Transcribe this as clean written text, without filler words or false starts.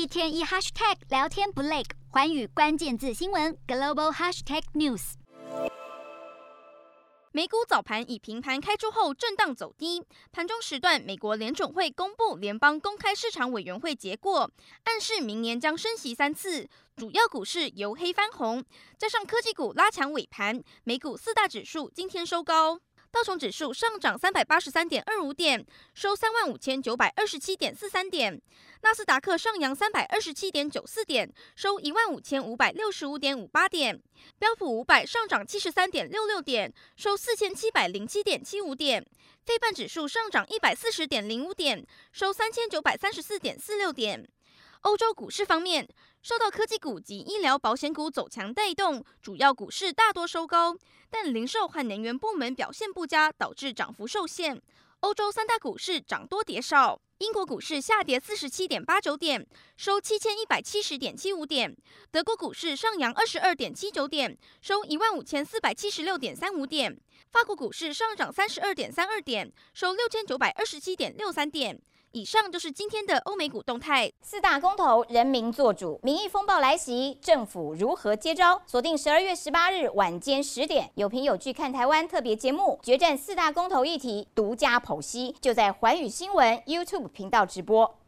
天一 hashtag 聊天不累，寰宇关键字新闻 global hashtag news。 美股早盘以平盘开出后震荡走低，盘中时段，美国联准会公布联邦公开市场委员会结果，暗示明年将升息3次。主要股市由黑翻红，加上科技股拉强尾盘，美股4大指数今天收高。道琼指数上涨383.25点，收35927.43点；纳斯达克上扬327.94点，收15565.58点；标普500上涨73.66点，收4707.75点；费半指数上涨140.05点，收3934.46点。欧洲股市方面，受到科技股及医疗保险股走强带动，主要股市大多收高，但零售和能源部门表现不佳，导致涨幅受限。欧洲3大股市涨多跌少，英国股市下跌47.89点，收7170.75点；德国股市上扬22.79点，收15476.35点；法国股市上涨32.32点，收6927.63点。以上就是今天的欧美股动态。 4大公投，人民做主，民意风暴来袭，政府如何接招？锁定12月18日晚间10点，有凭有据看台湾特别节目，决战4大公投议题，独家剖析，就在寰宇新闻 YouTube 频道直播。